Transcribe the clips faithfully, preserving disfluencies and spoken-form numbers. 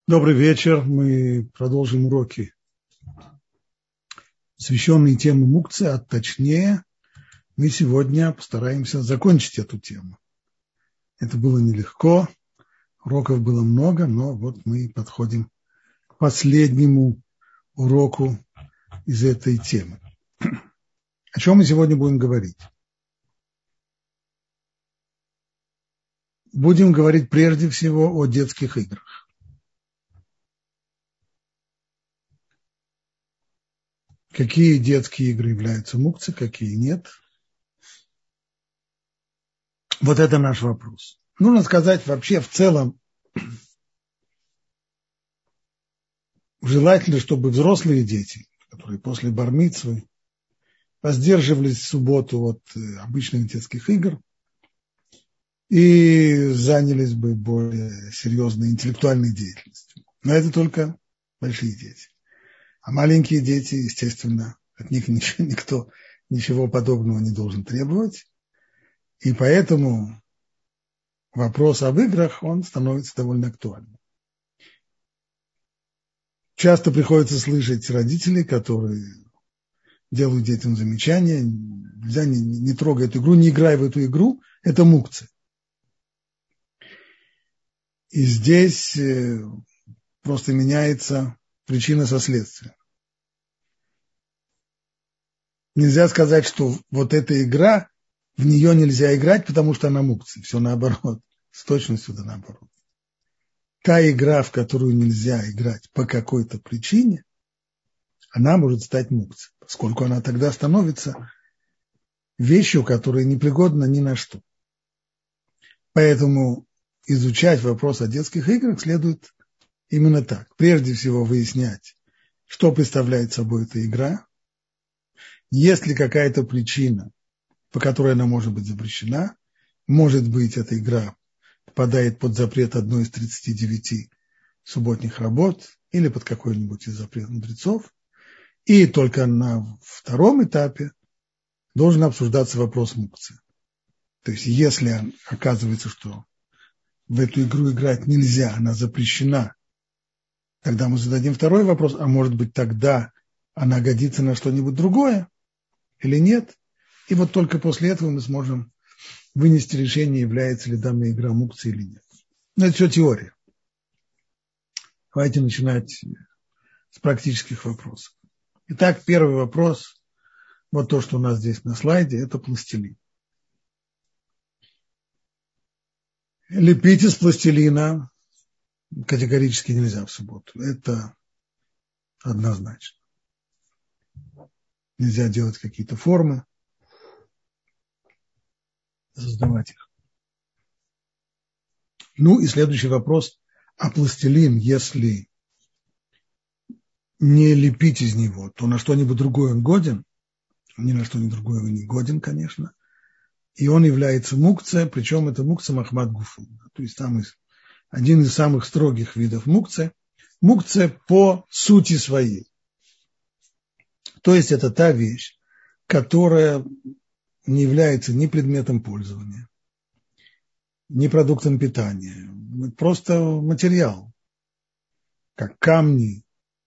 Добрый вечер. Мы продолжим уроки, посвященные теме мукцы, а точнее мы сегодня постараемся закончить эту тему. Это было нелегко, уроков было много, но вот мы подходим к последнему уроку из этой темы. О чем мы сегодня будем говорить? Будем говорить прежде всего о детских играх. Какие детские игры являются мукцей, какие нет? Вот это наш вопрос. Нужно сказать, вообще в целом, желательно, чтобы взрослые дети, которые после бар-мицвы воздерживались в субботу от обычных детских игр и занялись бы более серьезной интеллектуальной деятельностью. Но это только большие дети. А маленькие дети, естественно, от них ничего, никто ничего подобного не должен требовать. И поэтому вопрос об играх, он становится довольно актуальным. Часто приходится слышать родителей, которые делают детям замечания: нельзя, не, не трогай эту игру, не играй в эту игру, это мукция. И здесь просто меняется причина со следствием. Нельзя сказать, что вот эта игра, в нее нельзя играть, потому что она мукция. Все наоборот, с точностью да наоборот. Та игра, в которую нельзя играть по какой-то причине, она может стать мукцией, поскольку она тогда становится вещью, которая непригодна ни на что. Поэтому изучать вопрос о детских играх следует именно так. Прежде всего выяснять, что представляет собой эта игра, есть ли какая-то причина, по которой она может быть запрещена. Может быть, эта игра попадает под запрет одной из тридцати девяти субботних работ или под какой-нибудь из запретов мудрецов. И только на втором этапе должен обсуждаться вопрос мукции. То есть, если оказывается, что в эту игру играть нельзя, она запрещена, тогда мы зададим второй вопрос: а может быть, тогда она годится на что-нибудь другое или нет? И вот только после этого мы сможем вынести решение, является ли данная игра мукцией или нет. Но это все теория. Давайте начинать с практических вопросов. Итак, первый вопрос, вот то, что у нас здесь на слайде, это пластилин. Лепить из пластилина категорически нельзя в субботу. Это однозначно. Нельзя делать какие-то формы, создавать их. Ну и следующий вопрос. А пластилин, если не лепить из него, то на что-нибудь другое он годен? Ни на что-нибудь другое он не годен, конечно. И он является мукция, причем это мукция махмад гуфу. То есть там один из самых строгих видов мукция. Мукция по сути своей. То есть это та вещь, которая не является ни предметом пользования, ни продуктом питания. Просто материал, как камни,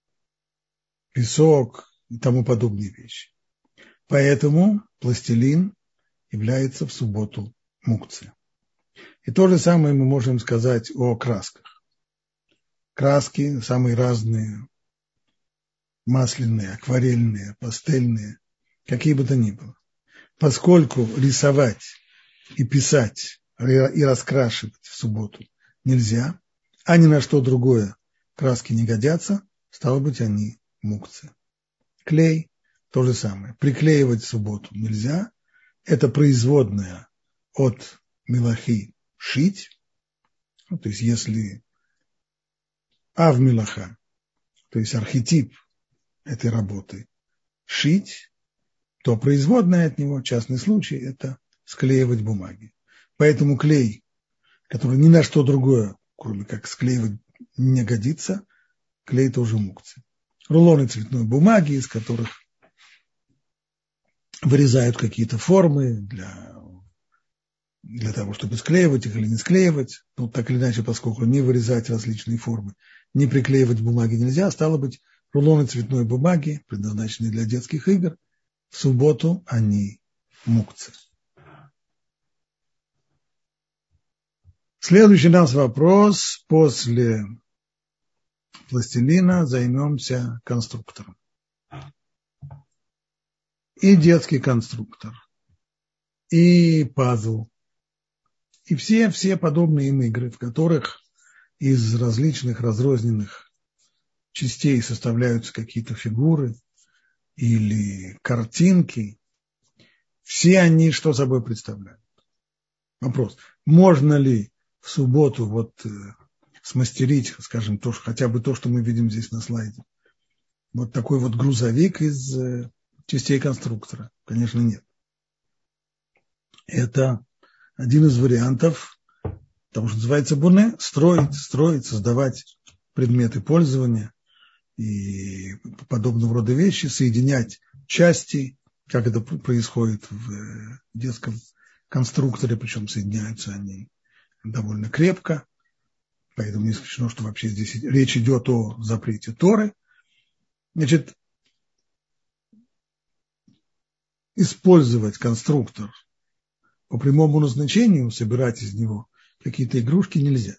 песок и тому подобные вещи. Поэтому пластилин является в субботу мукцией. И то же самое мы можем сказать о красках. Краски самые разные, масляные, акварельные, пастельные, какие бы то ни было. Поскольку рисовать и писать и раскрашивать в субботу нельзя, а ни на что другое краски не годятся, стало быть, они мукция. Клей – то же самое. Приклеивать в субботу нельзя. Это производная от мелахи шить. Ну, то есть если ав мелаха, то есть архетип этой работы шить, то производная от него, частный случай, это склеивать бумаги. Поэтому клей, который ни на что другое, кроме как склеивать, не годится, клей тоже мукция. Рулоны цветной бумаги, из которых вырезают какие-то формы для для того, чтобы склеивать их или не склеивать. Ну, так или иначе, поскольку не вырезать различные формы, не приклеивать бумаги нельзя, стало быть, рулоны цветной бумаги, предназначенные для детских игр, в субботу они мукцы. Следующий у нас вопрос. После пластилина займемся конструктором. И детский конструктор, и пазл, и все, все подобные им игры, в которых из различных разрозненных частей составляются какие-то фигуры или картинки, все они что собой представляют? Вопрос, можно ли в субботу вот э, смастерить, скажем, то, что, хотя бы то, что мы видим здесь на слайде, вот такой вот грузовик из э, частей конструктора? Конечно, нет. Это один из вариантов того, что называется буне, строить, строить, создавать предметы пользования и подобного рода вещи, соединять части, как это происходит в детском конструкторе, причем соединяются они довольно крепко, поэтому не исключено, что вообще здесь речь идет о запрете Торы. Значит, использовать конструктор по прямому назначению, собирать из него какие-то игрушки нельзя.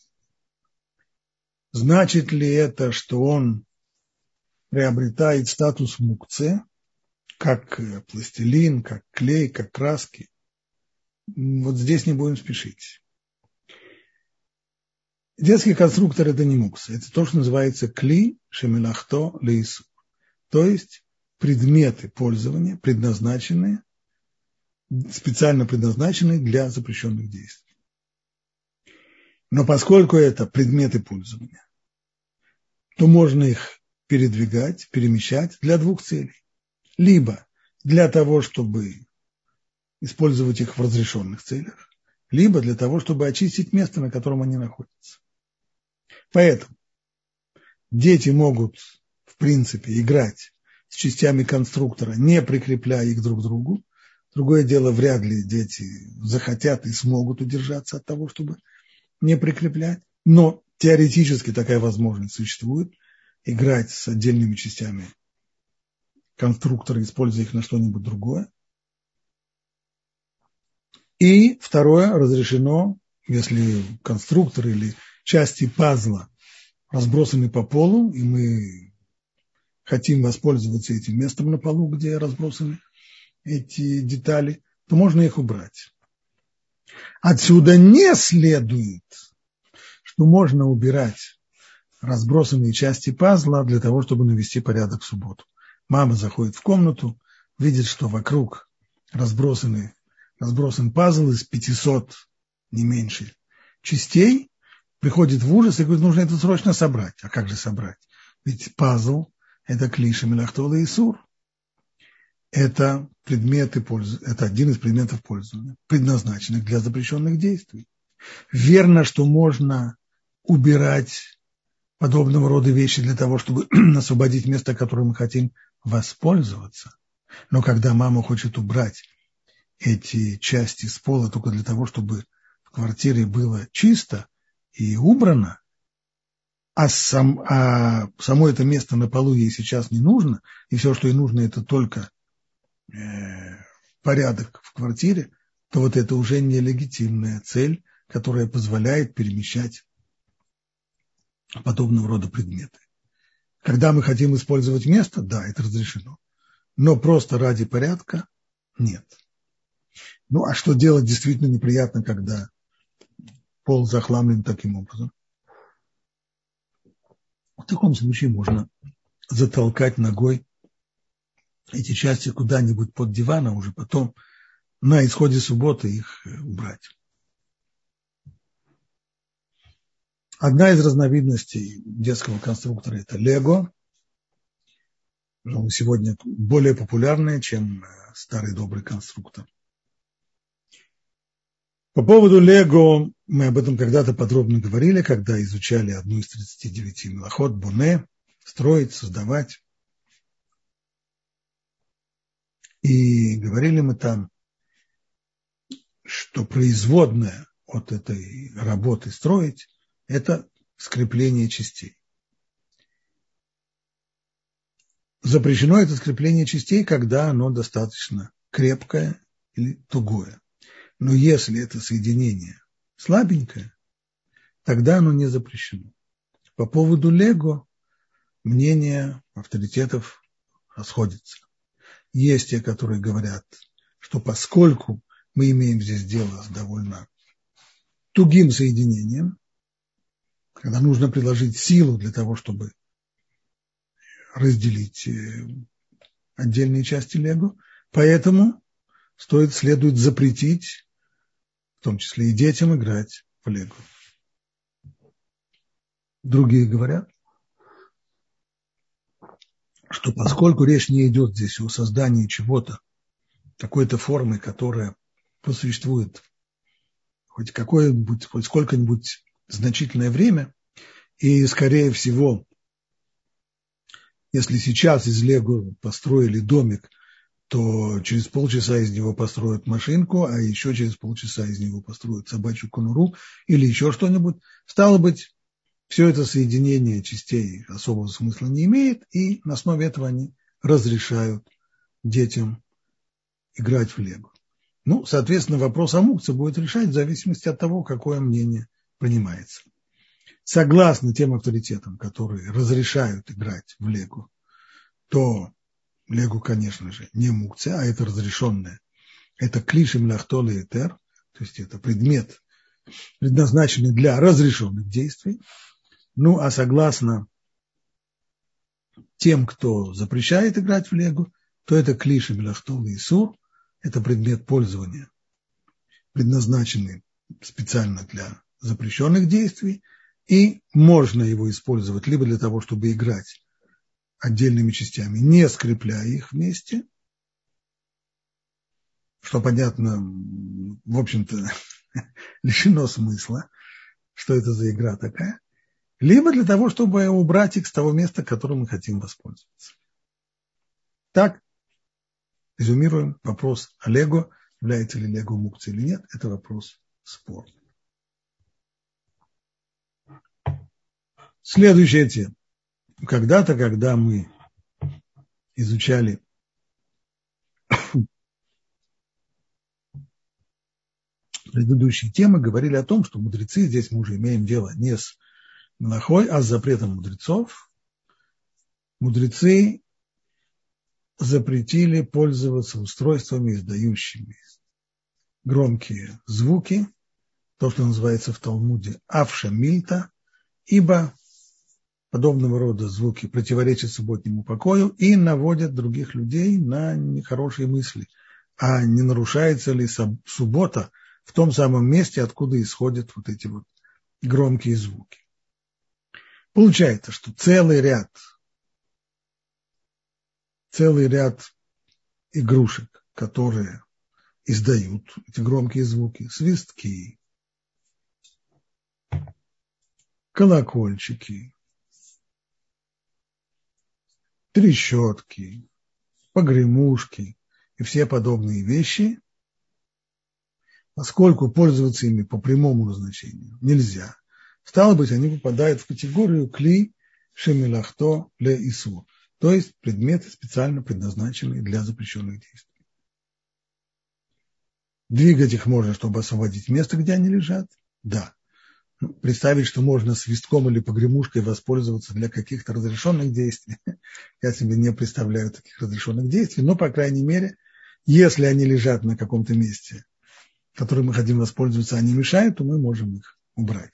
Значит ли это, что он приобретает статус мукце, как пластилин, как клей, как краски? Вот здесь не будем спешить. Детский конструктор – это не мукце, это то, что называется кли шемелахто лейсу, то есть предметы пользования, предназначенные, специально предназначенные для запрещенных действий. Но поскольку это предметы пользования, то можно их передвигать, перемещать для двух целей. Либо для того, чтобы использовать их в разрешенных целях, либо для того, чтобы очистить место, на котором они находятся. Поэтому дети могут, в принципе, играть с частями конструктора, не прикрепляя их друг к другу. Другое дело, вряд ли дети захотят и смогут удержаться от того, чтобы не прикреплять. Но теоретически такая возможность существует. Играть с отдельными частями конструктора, используя их на что-нибудь другое. И второе, разрешено, если конструктор или части пазла разбросаны по полу, и мы хотим воспользоваться этим местом на полу, где разбросаны эти детали, то можно их убрать. Отсюда не следует, что можно убирать разбросанные части пазла для того, чтобы навести порядок в субботу. Мама заходит в комнату, видит, что вокруг разбросаны, разбросан пазл из пятисот, не меньше, частей, приходит в ужас и говорит, нужно это срочно собрать. А как же собрать? Ведь пазл – это клиша мелахтола и сур. Это предметы, это один из предметов пользования, предназначенных для запрещенных действий. Верно, что можно убирать подобного рода вещи для того, чтобы освободить место, которым мы хотим воспользоваться. Но когда мама хочет убрать эти части с пола только для того, чтобы в квартире было чисто и убрано, а, сам, а само это место на полу ей сейчас не нужно, и все, что ей нужно, это только э, порядок в квартире, то вот это уже нелегитимная цель, которая позволяет перемещать подобного рода предметы. Когда мы хотим использовать место, да, это разрешено. Но просто ради порядка нет. Ну, а что делать действительно неприятно, когда пол захламлен таким образом? В таком случае можно затолкать ногой эти части куда-нибудь под диван, а уже потом на исходе субботы их убрать. Одна из разновидностей детского конструктора – это лего. Он сегодня более популярная, чем старый добрый конструктор. По поводу лего мы об этом когда-то подробно говорили, когда изучали одну из тридцати девяти мелахот буне, строить, создавать. И говорили мы там, что производное от этой работы строить – это скрепление частей. Запрещено это скрепление частей, когда оно достаточно крепкое или тугое. Но если это соединение слабенькое, тогда оно не запрещено. По поводу лего мнения авторитетов расходятся. Есть те, которые говорят, что поскольку мы имеем здесь дело с довольно тугим соединением, когда нужно приложить силу для того, чтобы разделить отдельные части лего, поэтому стоит, следует запретить, в том числе и детям, играть в лего. Другие говорят, что поскольку речь не идет здесь о создании чего-то, какой-то формы, которая просуществует хоть какое-нибудь, хоть сколько-нибудь значительное время, и, скорее всего, если сейчас из лего построили домик, то через полчаса из него построят машинку, а еще через полчаса из него построят собачью конуру или еще что-нибудь. Стало быть, все это соединение частей особого смысла не имеет, и на основе этого они разрешают детям играть в лего. Ну, соответственно, вопрос о мукце будет решать в зависимости от того, какое мнение принимается. Согласно тем авторитетам, которые разрешают играть в лего, то лего, конечно же, не мукция, а это разрешенное. Это клиши мляхтол и этер, то есть это предмет, предназначенный для разрешенных действий. Ну, а согласно тем, кто запрещает играть в лего, то это клиши мляхтол и сур, это предмет пользования, предназначенный специально для запрещенных действий, и можно его использовать либо для того, чтобы играть отдельными частями, не скрепляя их вместе, что, понятно, в общем-то, лишено смысла, что это за игра такая, либо для того, чтобы убрать их с того места, которым мы хотим воспользоваться. Так, резюмируем, вопрос о лего, является ли лего мукцией или нет, это вопрос спорный. Следующая тема. Когда-то, когда мы изучали предыдущие темы, говорили о том, что мудрецы, здесь мы уже имеем дело не с мелахой, а с запретом мудрецов. Мудрецы запретили пользоваться устройствами, издающими громкие звуки, то, что называется в Талмуде авша мильта, ибо подобного рода звуки противоречат субботнему покою и наводят других людей на нехорошие мысли. А не нарушается ли суббота в том самом месте, откуда исходят вот эти вот громкие звуки? Получается, что целый ряд, целый ряд игрушек, которые издают эти громкие звуки, свистки, колокольчики, трещотки, погремушки и все подобные вещи, поскольку пользоваться ими по прямому назначению нельзя, стало быть, они попадают в категорию кли шемилахто ле исур, то есть предметы, специально предназначенные для запрещенных действий. Двигать их можно, чтобы освободить место, где они лежат? Да. Представить, что можно свистком или погремушкой воспользоваться для каких-то разрешенных действий, я себе не представляю таких разрешенных действий, но, по крайней мере, если они лежат на каком-то месте, которым мы хотим воспользоваться, они мешают, то мы можем их убрать.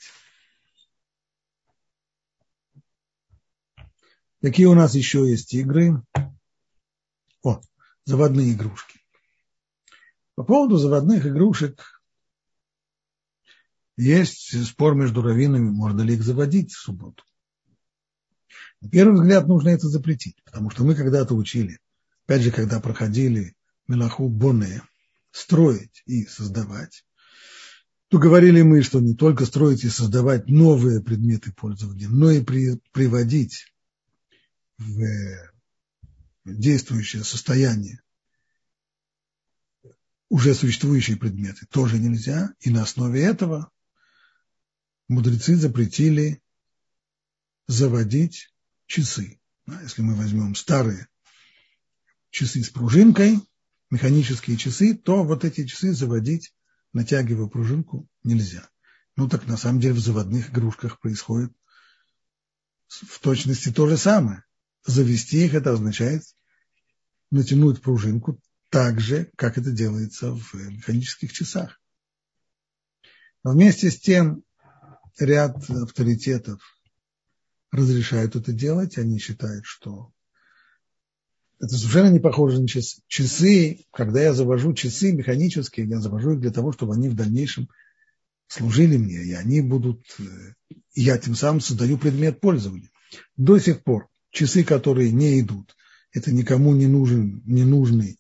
Какие у нас еще есть игры? О, заводные игрушки. По поводу заводных игрушек есть спор между раввинами, можно ли их заводить в субботу. На первый взгляд нужно это запретить, потому что мы когда-то учили, опять же, когда проходили мелаху боне, строить и создавать, то говорили мы, что не только строить и создавать новые предметы пользования, но и при, приводить в действующее состояние уже существующие предметы тоже нельзя, и на основе этого мудрецы запретили заводить часы. Если мы возьмем старые часы с пружинкой, механические часы, то вот эти часы заводить, натягивая пружинку, нельзя. Ну так на самом деле в заводных игрушках происходит в точности то же самое. Завести их — это означает натянуть пружинку так же, как это делается в механических часах. Но вместе с тем ряд авторитетов разрешают это делать. Они считают, что это совершенно не похоже на часы. Часы, когда я завожу часы механические, я завожу их для того, чтобы они в дальнейшем служили мне, и они будут, и я тем самым создаю предмет пользования. До сих пор часы, которые не идут, это никому не нужен, не нужный,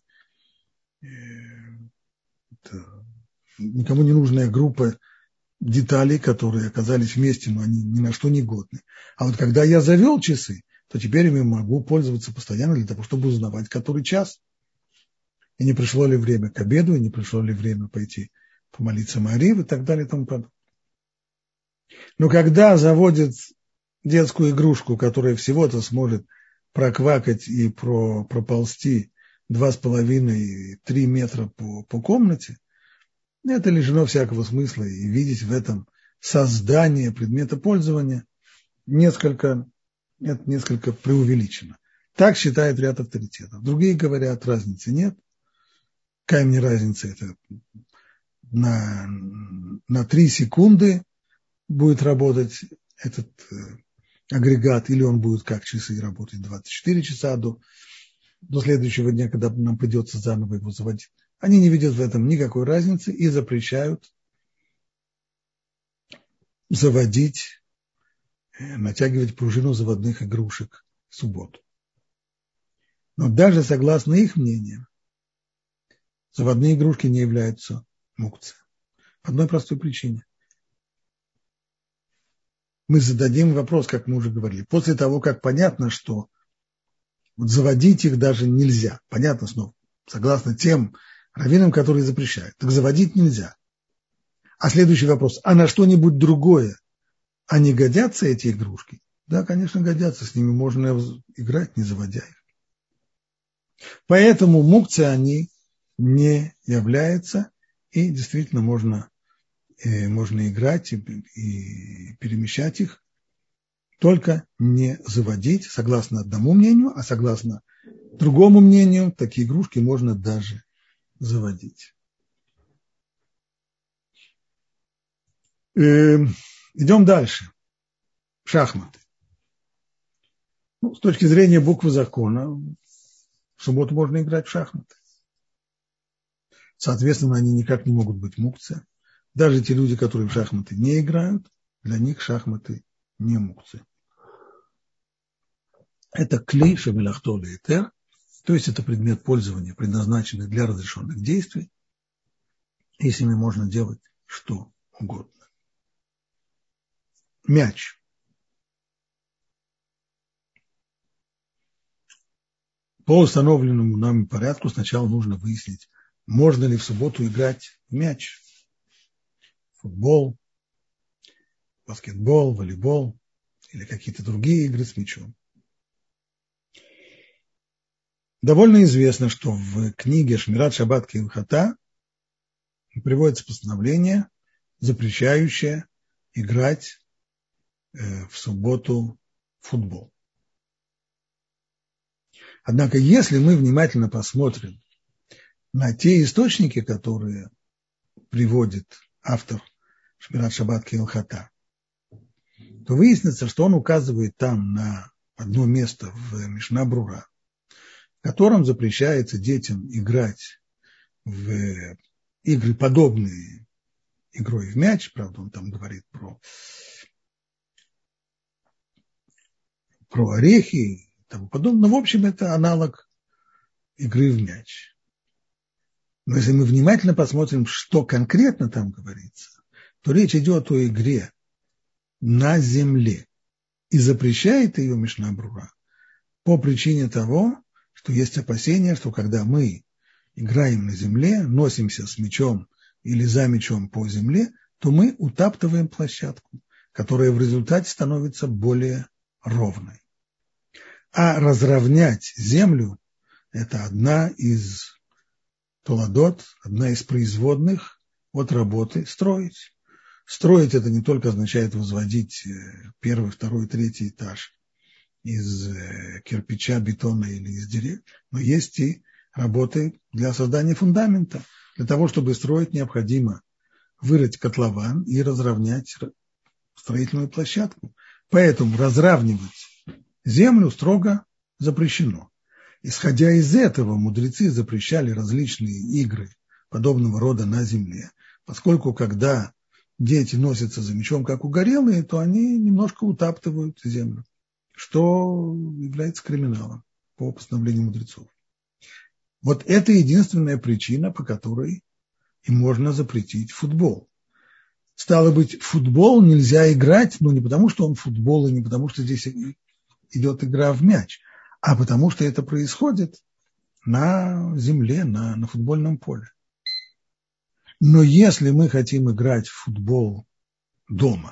это никому не нужная группа деталей, которые оказались вместе, но они ни на что не годны. А вот когда я завел часы, то теперь ими могу пользоваться постоянно для того, чтобы узнавать, который час. И не пришло ли время к обеду, и не пришло ли время пойти помолиться Маарив и так далее и тому подобное. Но когда заводят детскую игрушку, которая всего-то сможет проквакать и про, проползти два с половиной три метра по, по комнате, это лишено всякого смысла, и видеть в этом создание предмета пользования несколько, это несколько преувеличено. Так считает ряд авторитетов. Другие говорят, разницы нет. Какая мне разница, это на, на три секунды будет работать этот агрегат, или он будет как часы работать двадцать четыре часа до, до следующего дня, когда нам придется заново его заводить. Они не видят в этом никакой разницы и запрещают заводить, натягивать пружину заводных игрушек в субботу. Но даже согласно их мнению, заводные игрушки не являются мукцией. По одной простой причине. Мы зададим вопрос, как мы уже говорили, после того, как понятно, что вот заводить их даже нельзя. Понятно снова, согласно тем раввинам, которые запрещают. Так заводить нельзя. А следующий вопрос, а на что-нибудь другое, они годятся, эти игрушки? Да, конечно, годятся, с ними можно играть, не заводя их. Поэтому мукция они не являются, и действительно можно, э, можно играть и, и перемещать их, только не заводить, согласно одному мнению, а согласно другому мнению, такие игрушки можно даже заводить. Э, идем дальше. Шахматы. Ну, с точки зрения буквы закона, в субботу можно играть в шахматы. Соответственно, они никак не могут быть мукция. Даже те люди, которые в шахматы не играют, для них шахматы не мукция. Это клей шемелахто лейтер, то есть это предмет пользования, предназначенный для разрешенных действий, и с ними можно делать что угодно. Мяч. По установленному нами порядку сначала нужно выяснить, можно ли в субботу играть в мяч. Футбол, баскетбол, волейбол или какие-то другие игры с мячом. Довольно известно, что в книге Шмират Шаббат Кейлхата приводится постановление, запрещающее играть в субботу в футбол. Однако, если мы внимательно посмотрим на те источники, которые приводит автор Шмират Шаббат Кейлхата, то выяснится, что он указывает там на одно место в Мишна Брура, в котором запрещается детям играть в игры, подобные игрой в мяч. Правда, он там говорит про, про орехи и тому подобное. Но, в общем, это аналог игры в мяч. Но если мы внимательно посмотрим, что конкретно там говорится, то речь идет о игре на земле. И запрещает ее Мишна Брура по причине того, что есть опасения, что когда мы играем на земле, носимся с мячом или за мячом по земле, то мы утаптываем площадку, которая в результате становится более ровной. А разровнять землю – это одна из толадот, одна из производных от работы строить. Строить – это не только означает возводить первый, второй, третий этаж из кирпича, бетона или из деревьев, но есть и работы для создания фундамента. Для того, чтобы строить, необходимо вырыть котлован и разровнять строительную площадку. Поэтому разравнивать землю строго запрещено. Исходя из этого, мудрецы запрещали различные игры подобного рода на земле, поскольку когда дети носятся за мячом, как угорелые, то они немножко утаптывают землю, что является криминалом по постановлению мудрецов. Вот это единственная причина, по которой и можно запретить футбол. Стало быть, в футбол нельзя играть, но не потому, что он футбол, и не потому, что здесь идет игра в мяч, а потому, что это происходит на земле, на, на футбольном поле. Но если мы хотим играть в футбол дома,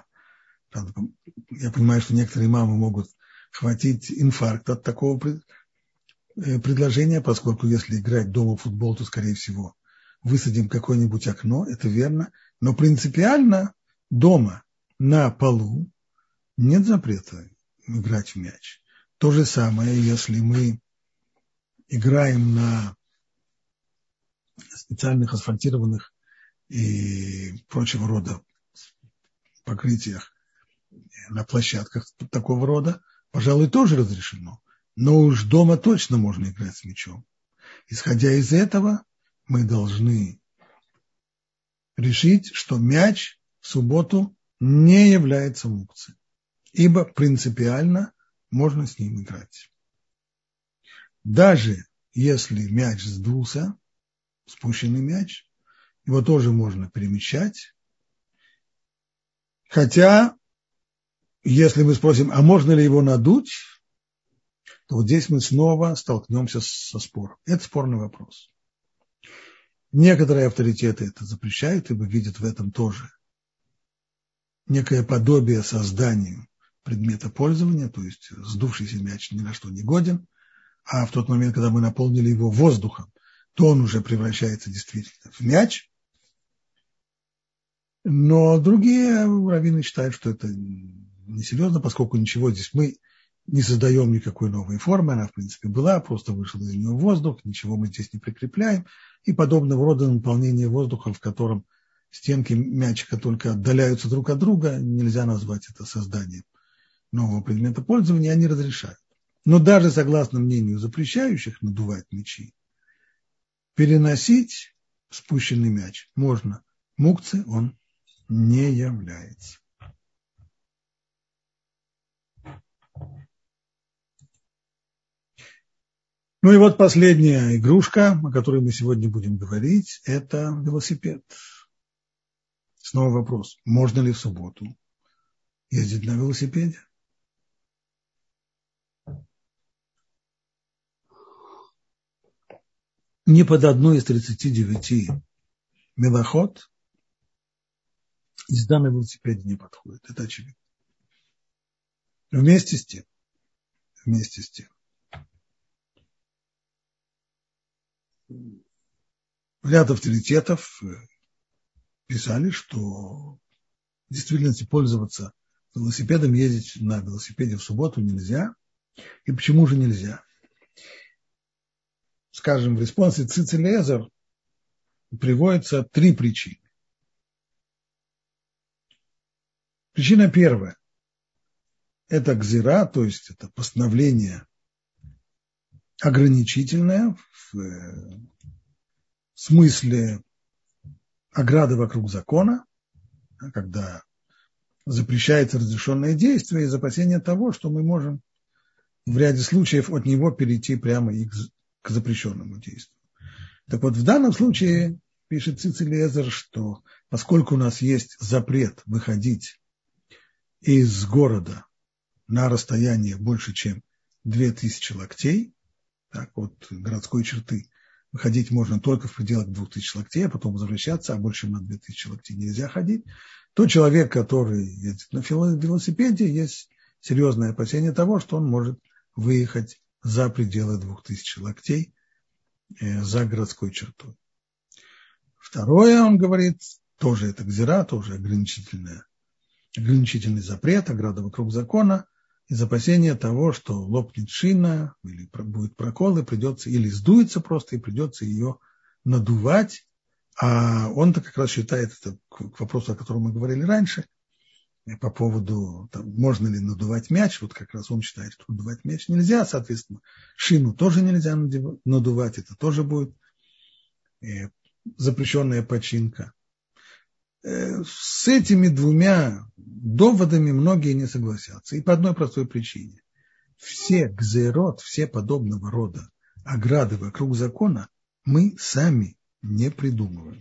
я понимаю, что некоторые мамы могут хватить инфаркт от такого предложения, поскольку если играть дома в футбол, то, скорее всего, высадим какое-нибудь окно, это верно, но принципиально дома на полу нет запрета играть в мяч. То же самое, если мы играем на специальных асфальтированных и прочего рода покрытиях, на площадках такого рода, пожалуй, тоже разрешено. Но уж дома точно можно играть с мячом. Исходя из этого, мы должны решить, что мяч в субботу не является мукцией, ибо принципиально можно с ним играть. Даже если мяч сдулся, спущенный мяч, его тоже можно перемещать. Хотя, если мы спросим, а можно ли его надуть, то вот здесь мы снова столкнемся со спором. Это спорный вопрос. Некоторые авторитеты это запрещают, ибо видят в этом тоже некое подобие созданию предмета пользования, то есть сдувшийся мяч ни на что не годен, а в тот момент, когда мы наполнили его воздухом, то он уже превращается действительно в мяч. Но другие раввины считают, что это несерьезно, поскольку ничего здесь мы не создаем никакой новой формы, она в принципе была, просто вышел из нее воздух, ничего мы здесь не прикрепляем, и подобного рода наполнение воздуха, в котором стенки мячика только отдаляются друг от друга, нельзя назвать это созданием нового предмета пользования, они разрешают. Но даже согласно мнению запрещающих надувать мячи, переносить спущенный мяч можно. Мукцией он не является. Ну и вот последняя игрушка, о которой мы сегодня будем говорить, это велосипед. Снова вопрос, можно ли в субботу ездить на велосипеде? Ни под одну из тридцати девяти мелахот езда на велосипеде не подходит, это очевидно. Вместе с тем, вместе с тем, ряд авторитетов писали, что в действительности пользоваться велосипедом, ездить на велосипеде в субботу нельзя. И почему же нельзя? Скажем, в респонсе Цитц Элиэзер приводится три причины. Причина первая – это гзира, то есть это постановление ограничительное в смысле ограды вокруг закона, когда запрещается разрешенное действие из опасения того, что мы можем в ряде случаев от него перейти прямо и к запрещенному действию. Так вот, в данном случае пишет Цитц Элиэзер, что поскольку у нас есть запрет выходить из города на расстояние больше, чем две тысячи локтей, так, от городской черты ходить можно только в пределах двух тысяч локтей, а потом возвращаться, а больше на две тысячи локтей нельзя ходить, то человек, который едет на велосипеде, есть серьезное опасение того, что он может выехать за пределы двух тысяч локтей, э, за городской чертой. Второе, он говорит, тоже это гзира, тоже ограничительное, ограничительный запрет, ограда вокруг закона, из опасения того, что лопнет шина, или будет прокол, и придется, или сдуется просто, и придется ее надувать. А он-то как раз считает, это к вопросу, о котором мы говорили раньше, по поводу, там, можно ли надувать мяч, вот как раз он считает, что надувать мяч нельзя, соответственно, шину тоже нельзя надувать, это тоже будет запрещенная починка. С этими двумя доводами многие не согласятся. И по одной простой причине. Все гзейрот, все подобного рода ограды вокруг закона мы сами не придумываем.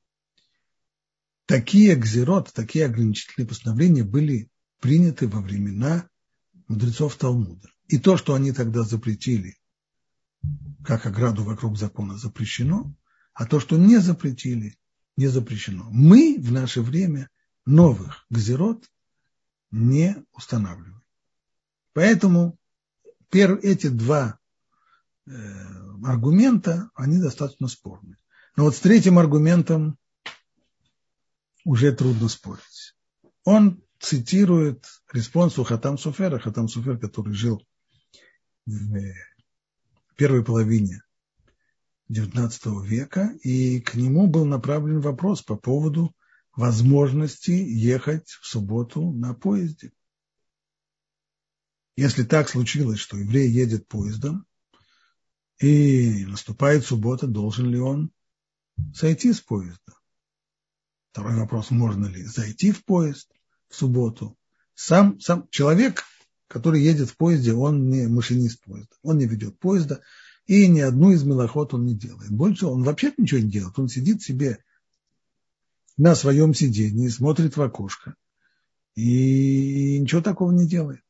Такие гзейрот, такие ограничительные постановления были приняты во времена мудрецов Талмуда. И то, что они тогда запретили, как ограду вокруг закона, запрещено, а то, что не запретили, не запрещено. Мы в наше время новых гзерот не устанавливаем. Поэтому эти два э, аргумента, они достаточно спорные. Но вот с третьим аргументом уже трудно спорить. Он цитирует респонсу Хатам Софера, Хатам Софер, который жил в первой половине девятнадцатого века, и к нему был направлен вопрос по поводу возможности ехать в субботу на поезде. Если так случилось, что еврей едет поездом, и наступает суббота, должен ли он сойти с поезда? Второй вопрос, можно ли зайти в поезд в субботу? Сам, сам человек, который едет в поезде, он не машинист поезда, он не ведет поезда, и ни одну из мелохот он не делает. Больше он вообще ничего не делает. Он сидит себе на своем сидении, смотрит в окошко и ничего такого не делает.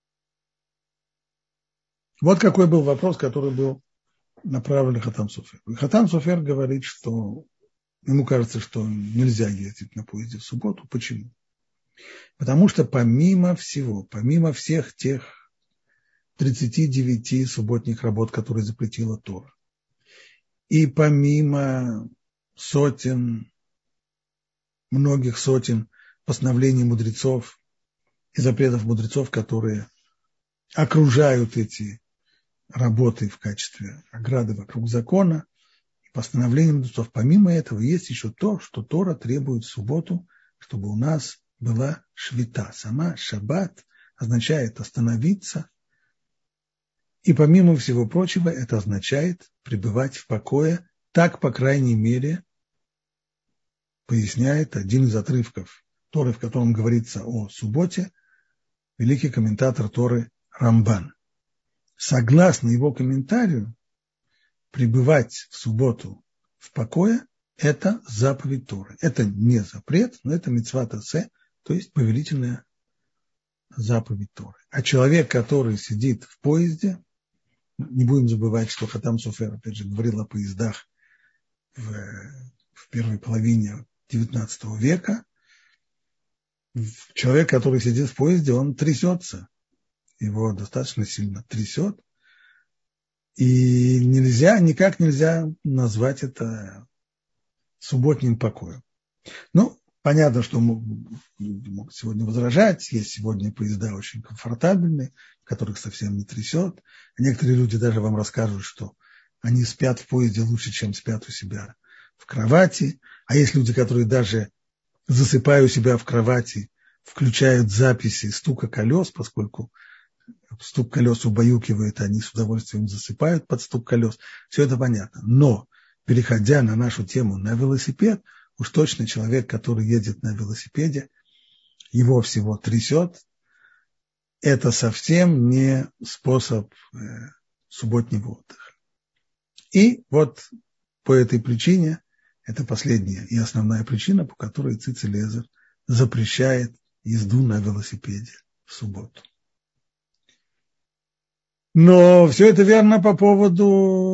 Вот какой был вопрос, который был направлен Хатам Софер. Хатам Софер говорит, что ему кажется, что нельзя ездить на поезде в субботу. Почему? Потому что помимо всего, помимо всех тех тридцати девяти субботних работ, которые запретила Тора, и помимо сотен, многих сотен постановлений мудрецов и запретов мудрецов, которые окружают эти работы в качестве ограды вокруг закона, постановления мудрецов, помимо этого есть еще то, что Тора требует в субботу, чтобы у нас была швита. Сама шаббат означает остановиться. И помимо всего прочего, это означает пребывать в покое. Так, по крайней мере, поясняет один из отрывков Торы, в котором говорится о субботе, великий комментатор Торы Рамбан. Согласно его комментарию, пребывать в субботу в покое – это заповедь Торы. Это не запрет, но это мицват асе, то есть повелительная заповедь Торы. А человек, который сидит в поезде, не будем забывать, что Хатам Софер, опять же, говорил о поездах в, в первой половине девятнадцатого века. Человек, который сидит в поезде, он трясется. Его достаточно сильно трясет. И нельзя, никак нельзя назвать это субботним покоем. Ну, понятно, что люди могут сегодня возражать. Есть сегодня поезда очень комфортабельные, в которых совсем не трясет. Некоторые люди даже вам расскажут, что они спят в поезде лучше, чем спят у себя в кровати. А есть люди, которые даже, засыпая у себя в кровати, включают записи стука колес, поскольку стук колес убаюкивает, они с удовольствием засыпают под стук колес. Все это понятно. Но, переходя на нашу тему на велосипед, уж точно человек, который едет на велосипеде, его всего трясет. Это совсем не способ э, субботнего отдыха. И вот по этой причине, это последняя и основная причина, по которой Цици Лезер запрещает езду на велосипеде в субботу. Но все это верно по поводу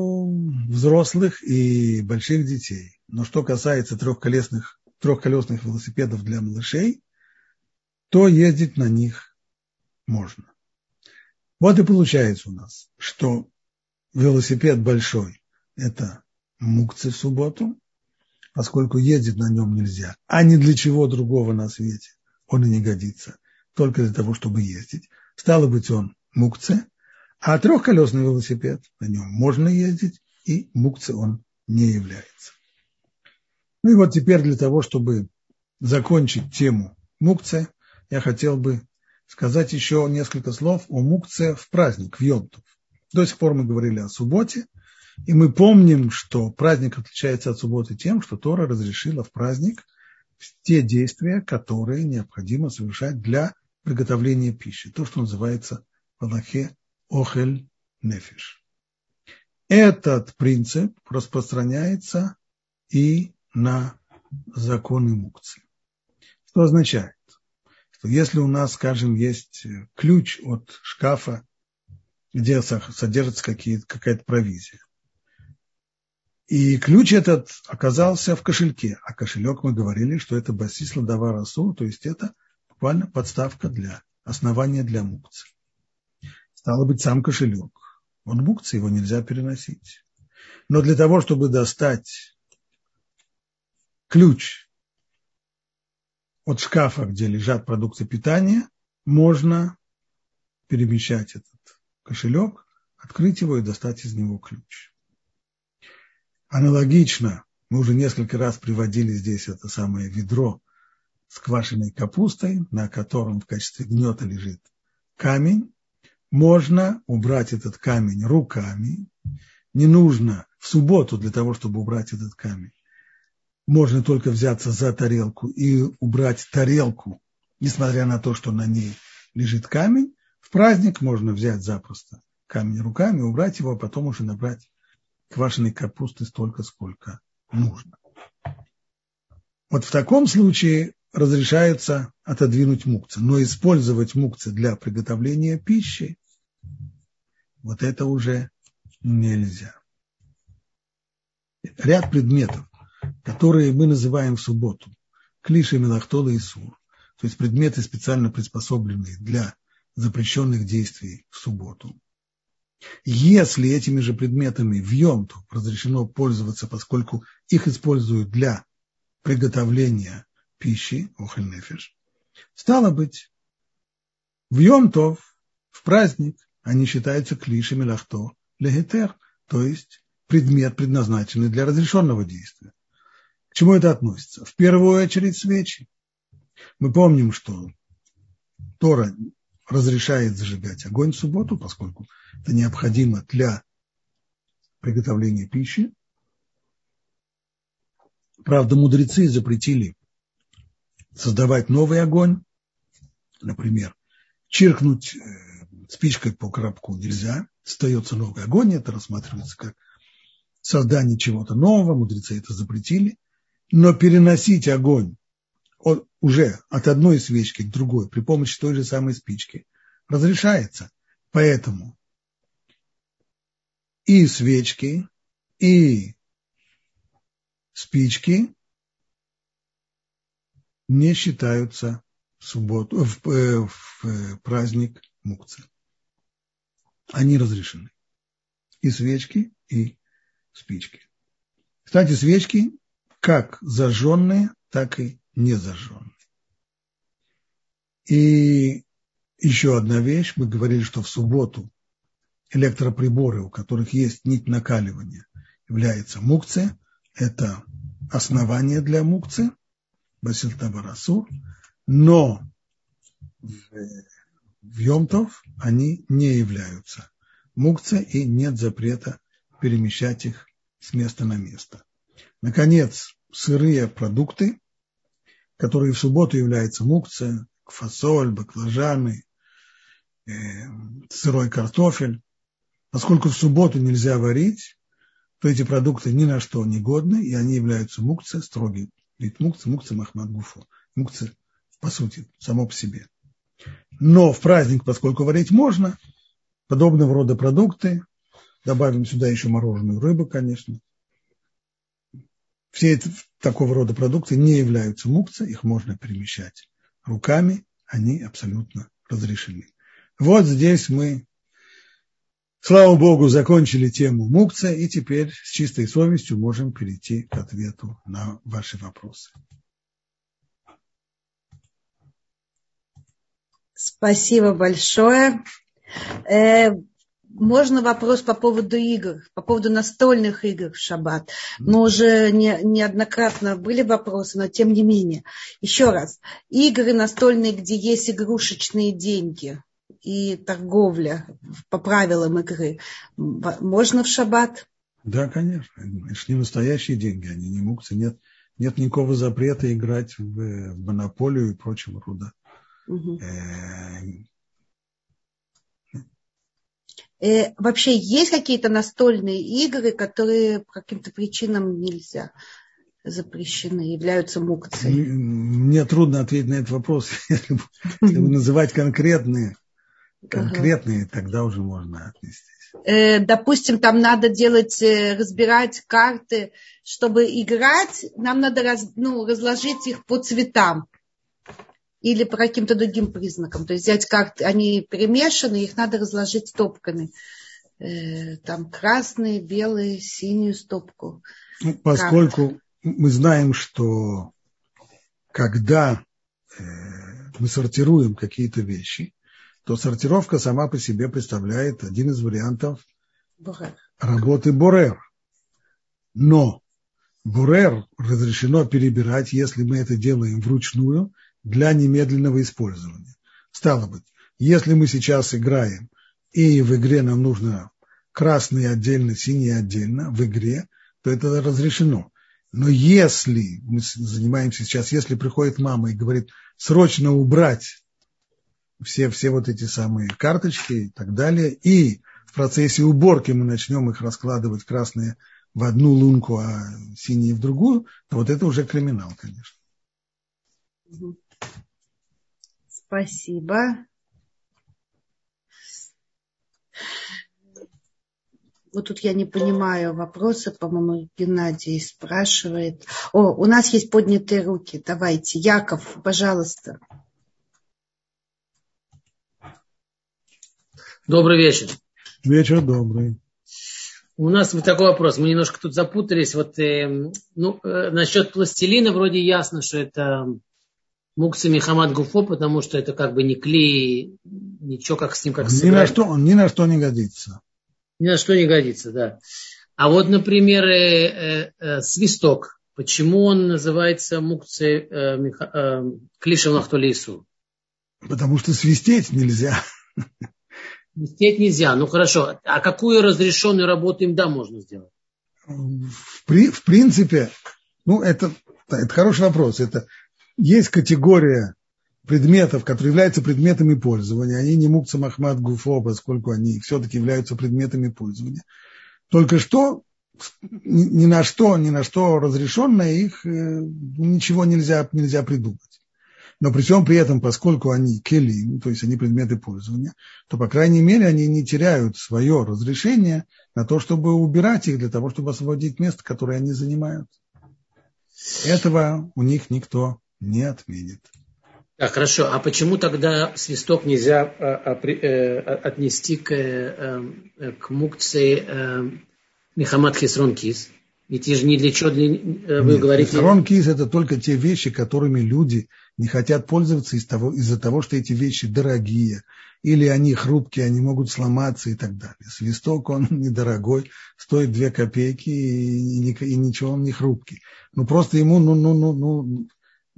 взрослых и больших детей. Но что касается трехколесных, трехколесных велосипедов для малышей, то ездить на них можно. Вот и получается у нас, что велосипед большой – это мукце в субботу, поскольку ездить на нем нельзя, а ни для чего другого на свете он и не годится, только для того, чтобы ездить. Стало быть, он мукце, а трехколесный велосипед, на нем можно ездить, и мукце он не является. Ну и вот теперь для того, чтобы закончить тему мукце, я хотел бы сказать еще несколько слов о мукце в праздник, в Йом-Тов. До сих пор мы говорили о субботе, и мы помним, что праздник отличается от субботы тем, что Тора разрешила в праздник те действия, которые необходимо совершать для приготовления пищи. То, что называется в Алахе охель нефиш. Этот принцип распространяется и на законы мукцы. Что означает, что если у нас, скажем, есть ключ от шкафа, где содержится какая-то провизия, и ключ этот оказался в кошельке, а кошелек, мы говорили, что это басис ладавар асур, то есть это буквально подставка для основания для мукцы. Стало быть, сам кошелек, он мукцы, его нельзя переносить. Но для того, чтобы достать ключ от шкафа, где лежат продукты питания, можно перемещать этот кошелек, открыть его и достать из него ключ. Аналогично, мы уже несколько раз приводили здесь это самое ведро с квашеной капустой, на котором в качестве гнета лежит камень. Можно убрать этот камень руками. Не нужно в субботу для того, чтобы убрать этот камень. Можно только взяться за тарелку и убрать тарелку, несмотря на то, что на ней лежит камень. В праздник можно взять запросто камень руками, убрать его, а потом уже набрать квашеной капусты столько, сколько нужно. Вот в таком случае разрешается отодвинуть мукцы, но использовать мукцы для приготовления пищи, вот это уже нельзя. Ряд предметов, которые мы называем в субботу клиши, мелахтола и сур, то есть предметы, специально приспособленные для запрещенных действий в субботу. Если этими же предметами в Йом-Тов разрешено пользоваться, поскольку их используют для приготовления пищи, охель нефиш, стало быть, в Йом-Тов, в праздник, они считаются клиши мелахто легетер, то есть предмет, предназначенный для разрешенного действия. К чему это относится? В первую очередь свечи. Мы помним, что Тора разрешает зажигать огонь в субботу, поскольку это необходимо для приготовления пищи. Правда, мудрецы запретили создавать новый огонь. Например, чиркнуть спичкой по коробку нельзя. Остается новый огонь, это рассматривается как создание чего-то нового. Мудрецы это запретили. Но переносить огонь от, уже от одной свечки к другой при помощи той же самой спички разрешается. Поэтому и свечки, и спички не считаются в субботу, в, в, в праздник мукцы. Они разрешены. И свечки, и спички. Кстати, свечки как зажженные, так и незажженные. И еще одна вещь. Мы говорили, что в субботу электроприборы, у которых есть нить накаливания, является мукце. Это основание для мукце, басил ладавар асур, но в, в Йом-Тов они не являются мукце и нет запрета перемещать их с места на место. Наконец, сырые продукты, которые в субботу являются мукце, фасоль, баклажаны, э, сырой картофель. Поскольку в субботу нельзя варить, то эти продукты ни на что не годны, и они являются мукце, строгий вид мукце, мукце махмад гуфо. Мукце, по сути, само по себе. Но в праздник, поскольку варить можно, подобного рода продукты добавим сюда еще мороженую рыбу, конечно. Все эти, такого рода продукты не являются мукце, их можно перемещать руками, они абсолютно разрешены. Вот здесь мы, слава Богу, закончили тему мукце, и теперь с чистой совестью можем перейти к ответу на ваши вопросы. Спасибо большое. Э, можно вопрос по поводу игр, по поводу настольных игр в шаббат. Мы уже не, неоднократно были вопросы, но тем не менее. Еще раз. Игры настольные, где есть игрушечные деньги и торговля по правилам игры, можно в шаббат? Да, конечно. Это не настоящие деньги, они не мукцы. Нет, нет никакого запрета играть в, в монополию и прочего рода. Угу. Э, вообще есть какие-то настольные игры, которые по каким-то причинам нельзя, запрещены, являются мукцией? Мне трудно ответить на этот вопрос. Если, если называть конкретные, конкретные, ага. Тогда уже можно отнестись. Э, допустим, там надо делать, разбирать карты, чтобы играть, нам надо раз, ну, разложить их по цветам. Или по каким-то другим признакам. То есть взять карты, они перемешаны, их надо разложить стопками. Э, там красные, белые, синюю стопку. Ну, поскольку карт. Мы знаем, что когда э, мы сортируем какие-то вещи, то сортировка сама по себе представляет один из вариантов Бурер. Работы борер. Но борер разрешено перебирать, если мы это делаем вручную, для немедленного использования. Стало быть, если мы сейчас играем, и в игре нам нужно красный отдельно, синий отдельно, в игре, то это разрешено. Но если мы занимаемся сейчас, если приходит мама и говорит, срочно убрать все, все вот эти самые карточки и так далее, и в процессе уборки мы начнем их раскладывать красные в одну лунку, а синие в другую, то вот это уже криминал, конечно. Спасибо. Вот тут я не понимаю вопросы, по-моему, Геннадий спрашивает. О, у нас есть поднятые руки. Давайте. Яков, пожалуйста. Добрый вечер. Вечер добрый. У нас вот такой вопрос. Мы немножко тут запутались. Вот, э, ну, э, насчет пластилина вроде ясно, что это мукцы михамад гуфо, потому что это как бы не клей, ничего как с ним как ни сыграть. На что, он ни на что не годится. Ни на что не годится, да. А вот, например, э, э, э, свисток. Почему он называется мукцы э, э, клишем лахтолейсу? Потому что свистеть нельзя. Свистеть нельзя. Ну хорошо. А какую разрешенную работу им да можно сделать? В, при, в принципе, ну это, это хороший вопрос. Это есть категория предметов, которые являются предметами пользования. Они не мукца махмад гуфо, поскольку они все-таки являются предметами пользования. Только что, ни, ни на что, ни на что разрешенное их э, ничего нельзя, нельзя придумать. Но при всем при этом, поскольку они келим, то есть они предметы пользования, то, по крайней мере, они не теряют свое разрешение на то, чтобы убирать их, для того, чтобы освободить место, которое они занимают. Этого у них никто не отменит. Так, хорошо. А почему тогда свисток нельзя а, а, э, отнести к, э, к мукце э, михамад хисрон кис? Ведь же не для чего для, э, вы Нет, говорите... Хисрон кис – это только те вещи, которыми люди не хотят пользоваться из того, из-за того, что эти вещи дорогие, или они хрупкие, они могут сломаться и так далее. Свисток, он недорогой, стоит две копейки, и, и, и ничего, он не хрупкий. Ну, просто ему, ну, ну, ну, ну,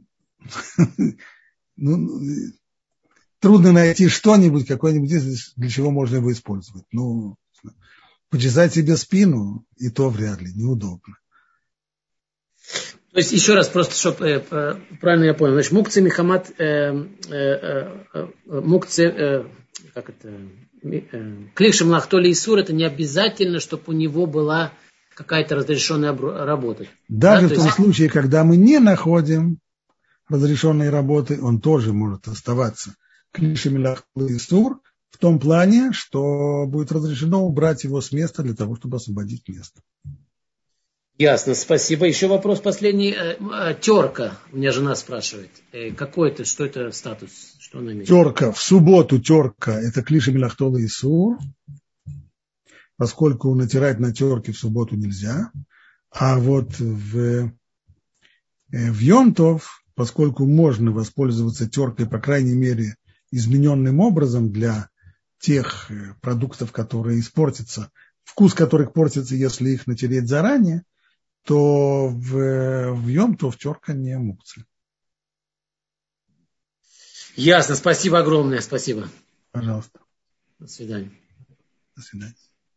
ну трудно найти что-нибудь, какое-нибудь, для чего можно его использовать. Ну, почесать себе спину, и то вряд ли, неудобно. То есть, еще раз, просто, чтобы э, правильно я понял, значит, мукце михамад, э, э, э, мукце, э, как это, э, клишем лахтоли исур, это не обязательно, чтобы у него была какая-то разрешенная работа. Даже да? в том есть... случае, когда мы не находим разрешенной работы, он тоже может оставаться клишем лахтоли исур, в в том плане, что будет разрешено убрать его с места для того, чтобы освободить место. Ясно, спасибо. Еще вопрос последний. Терка, у меня жена спрашивает. Какой это, что это статус? Что она имеет? Терка, в субботу терка, это клиша мелахтола исур, поскольку натирать на терке в субботу нельзя. А вот в, в Йом-Тов, поскольку можно воспользоваться теркой, по крайней мере, измененным образом для тех продуктов, которые испортятся, вкус которых портится, если их натереть заранее, то в, в Йом-Тов терка не мукция. Ясно, спасибо огромное, спасибо. Пожалуйста. До свидания. До свидания.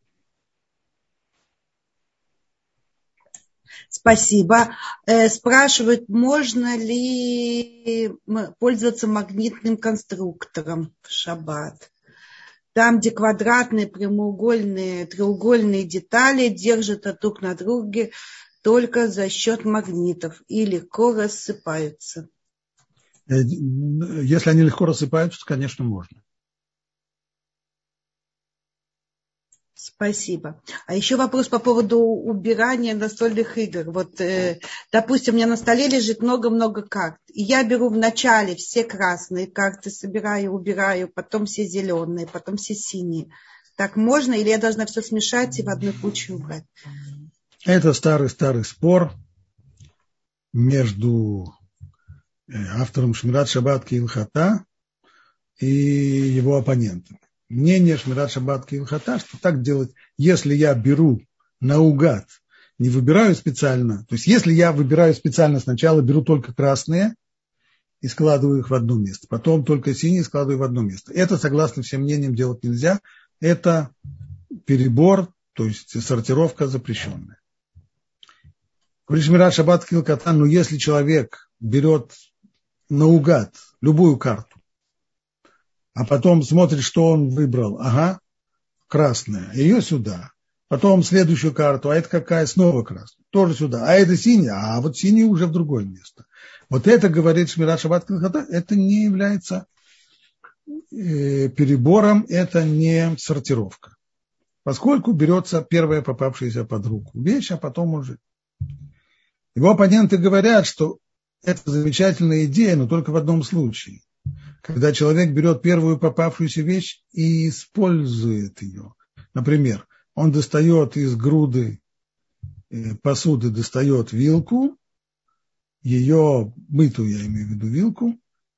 Спасибо. Э, спрашивают, можно ли пользоваться магнитным конструктором в шаббат? Там, где квадратные, прямоугольные, треугольные детали держат друг на друге только за счет магнитов и легко рассыпаются. Если они легко рассыпаются, то, конечно, можно. Спасибо. А еще вопрос по поводу убирания настольных игр. Вот, э, допустим, у меня на столе лежит много-много карт. И я беру вначале все красные карты, собираю, убираю, потом все зеленые, потом все синие. Так можно? Или я должна все смешать и в одной куче убрать? Это старый-старый спор между автором Шмират Шаббат Кеилхата и его оппонентом. Мнение Шмират Шаббат Кеилхата, что так делать, если я беру наугад, не выбираю специально, то есть если я выбираю специально, сначала беру только красные и складываю их в одно место, потом только синие складываю в одно место. Это, согласно всем мнениям, делать нельзя. Это перебор, то есть сортировка запрещенная. Говорит Шмират Шаббат Кеилхата, но если человек берет наугад любую карту, а потом смотрит, что он выбрал. Ага, красная, ее сюда. Потом следующую карту, а это какая? Снова красная, тоже сюда. А это синяя, а вот синяя уже в другое место. Вот это, говорит Шмират Шаббат Кеилхата, это не является э, перебором, это не сортировка. Поскольку берется первая попавшаяся под руку вещь, а потом уже. Его оппоненты говорят, что это замечательная идея, но только в одном случае. Когда человек берет первую попавшуюся вещь и использует ее. Например, он достает из груды посуды, достает вилку, ее, мытую я имею в виду вилку,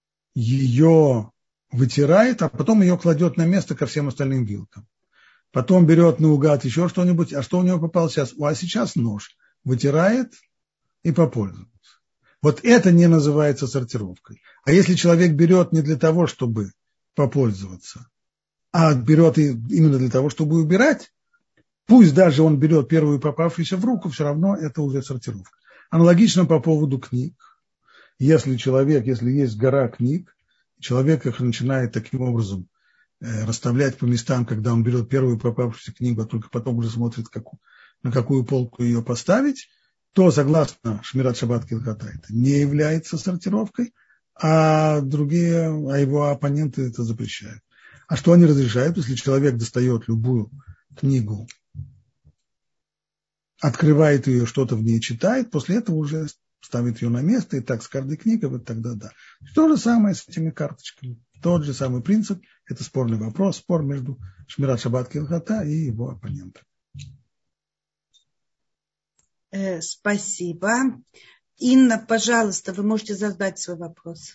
ее вытирает, а потом ее кладет на место ко всем остальным вилкам. Потом берет наугад еще что-нибудь, а что у него попало сейчас? А сейчас нож. Вытирает и попользуется. Вот это не называется сортировкой. А если человек берет не для того, чтобы попользоваться, а берет именно для того, чтобы убирать, пусть даже он берет первую попавшуюся в руку, все равно это уже сортировка. Аналогично по поводу книг. Если человек, если есть гора книг, человек их начинает таким образом э, расставлять по местам, когда он берет первую попавшуюся книгу, а только потом уже смотрит, как, на какую полку ее поставить, то, согласно Шмират Шаббат Кеилхата, это не является сортировкой, а другие, а его оппоненты это запрещают. А что они разрешают, если человек достает любую книгу, открывает ее, что-то в ней читает, после этого уже ставит ее на место, и так с каждой книгой, вот тогда да. То же самое с этими карточками. Тот же самый принцип, это спорный вопрос, спор между Шмират Шаббат Кеилхата и его оппонентом. Спасибо. Инна, пожалуйста, вы можете задать свой вопрос.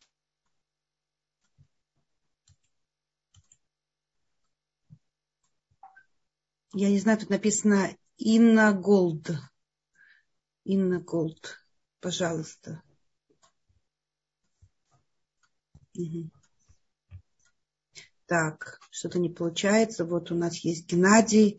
Я не знаю, тут написано Инна Голд. Инна Голд, пожалуйста. Угу. Так, что-то не получается. Вот у нас есть Геннадий.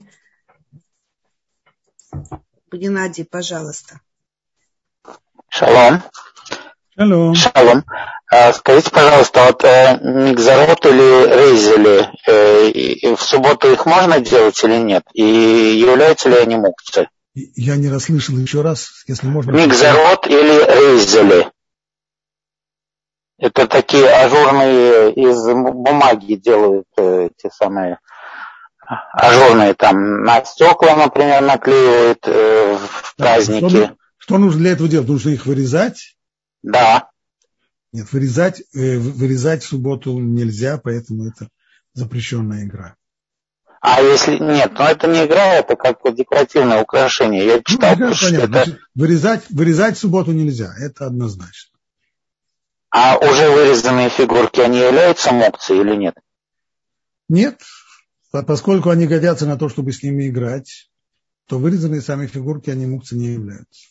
Геннадий, пожалуйста. Шалом. Шалом. Шалом. А, скажите, пожалуйста, вот э, микзарот или рейзели, э, в субботу их можно делать или нет? И являются ли они мукцией? Я не расслышал еще раз, если можно. Микзарот или рейзели? Это такие ажурные из бумаги делают э, те самые ажурные, там на стекла, например, наклеивают э, в праздники. Что, что нужно для этого делать? Нужно их вырезать? Да. Нет, вырезать, э, вырезать в субботу нельзя, поэтому это запрещенная игра. А если нет, ну это не игра, это как декоративное украшение. Я читал, ну, что это... Значит, вырезать, вырезать в субботу нельзя, это однозначно. А уже вырезанные фигурки, они являются мукцией или нет? Нет, поскольку они годятся на то, чтобы с ними играть, то вырезанные сами фигурки, они мукцией не являются.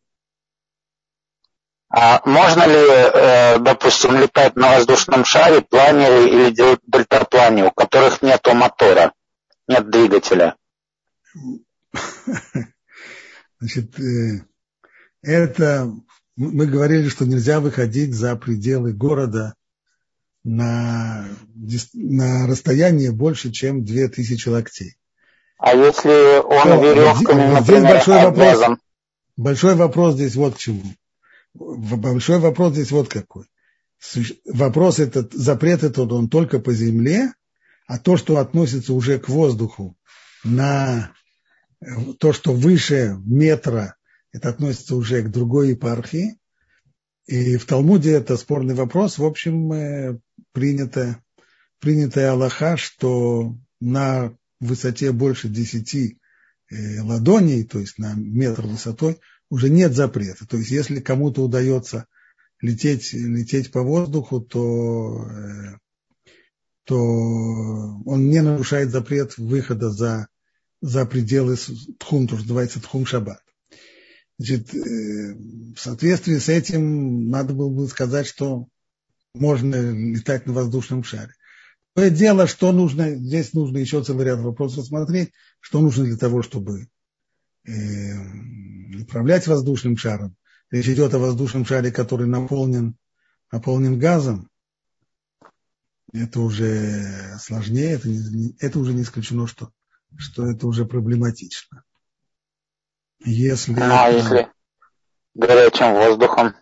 А можно ли, э, допустим, летать на воздушном шаре, планеры или делать дельтаплане, у которых нет мотора, нет двигателя? Значит, это мы говорили, что нельзя выходить за пределы города на, на расстояние больше, чем две тысячи локтей. А если он Но веревками, здесь например, большой обвязан? вопрос, большой вопрос здесь вот к чему. Большой вопрос здесь вот какой. Вопрос этот, запрет этот, он только по земле, а то, что относится уже к воздуху, на то, что выше метра, это относится уже к другой епархии. И в Талмуде это спорный вопрос. В общем, принято, принятая алаха, что на высоте больше десяти ладоней, то есть на метр высотой, уже нет запрета. То есть если кому-то удается лететь, лететь по воздуху, то, то он не нарушает запрет выхода за, за пределы тхум, то, что называется тхум шаббат. Значит, в соответствии с этим надо было бы сказать, что можно летать на воздушном шаре. То дело, что нужно, здесь нужно еще целый ряд вопросов рассмотреть, что нужно для того, чтобы э, управлять воздушным шаром. Речь идет о воздушном шаре, который наполнен, наполнен газом. Это уже сложнее, это, не, это уже не исключено, что, что это уже проблематично. Если а это... если горячим воздухом?